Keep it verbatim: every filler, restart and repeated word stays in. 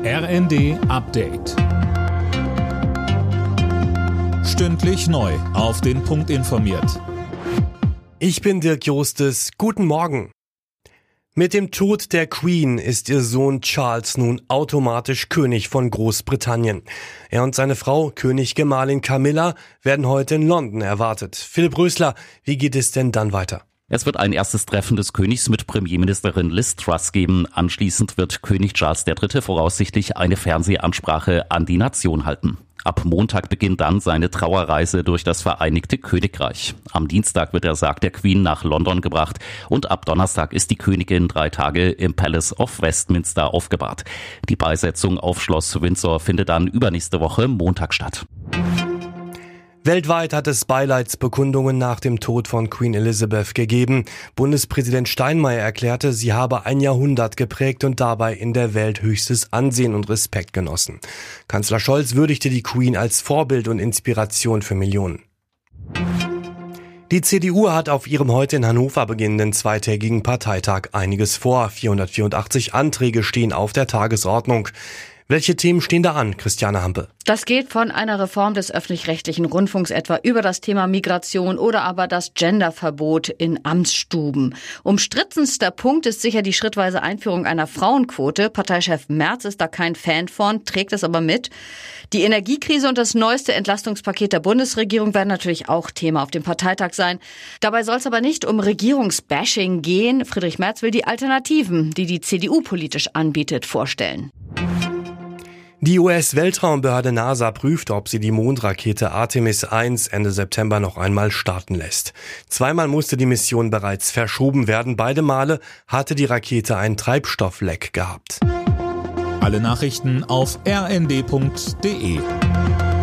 R N D Update. Stündlich neu auf den Punkt informiert. Ich bin Dirk Jostes. Guten Morgen. Mit dem Tod der Queen ist ihr Sohn Charles nun automatisch König von Großbritannien. Er und seine Frau, Königgemahlin Camilla, werden heute in London erwartet. Philipp Rösler, wie geht es denn dann weiter? Es wird ein erstes Treffen des Königs mit Premierministerin Liz Truss geben. Anschließend wird König Charles der Dritte voraussichtlich eine Fernsehansprache an die Nation halten. Ab Montag beginnt dann seine Trauerreise durch das Vereinigte Königreich. Am Dienstag wird der Sarg der Queen nach London gebracht und ab Donnerstag ist die Königin drei Tage im Palace of Westminster aufgebahrt. Die Beisetzung auf Schloss Windsor findet dann übernächste Woche Montag statt. Weltweit hat es Beileidsbekundungen nach dem Tod von Queen Elizabeth gegeben. Bundespräsident Steinmeier erklärte, sie habe ein Jahrhundert geprägt und dabei in der Welt höchstes Ansehen und Respekt genossen. Kanzler Scholz würdigte die Queen als Vorbild und Inspiration für Millionen. Die C D U hat auf ihrem heute in Hannover beginnenden zweitägigen Parteitag einiges vor. vierhundertvierundachtzig Anträge stehen auf der Tagesordnung. Welche Themen stehen da an, Christiane Hampe? Das geht von einer Reform des öffentlich-rechtlichen Rundfunks etwa über das Thema Migration oder aber das Genderverbot in Amtsstuben. Umstrittenster Punkt ist sicher die schrittweise Einführung einer Frauenquote. Parteichef Merz ist da kein Fan von, trägt es aber mit. Die Energiekrise und das neueste Entlastungspaket der Bundesregierung werden natürlich auch Thema auf dem Parteitag sein. Dabei soll es aber nicht um Regierungsbashing gehen. Friedrich Merz will die Alternativen, die die C D U politisch anbietet, vorstellen. Die U S-Weltraumbehörde NASA prüft, ob sie die Mondrakete Artemis eins Ende September noch einmal starten lässt. Zweimal musste die Mission bereits verschoben werden. Beide Male hatte die Rakete ein Treibstoffleck gehabt. Alle Nachrichten auf r n d punkt d e.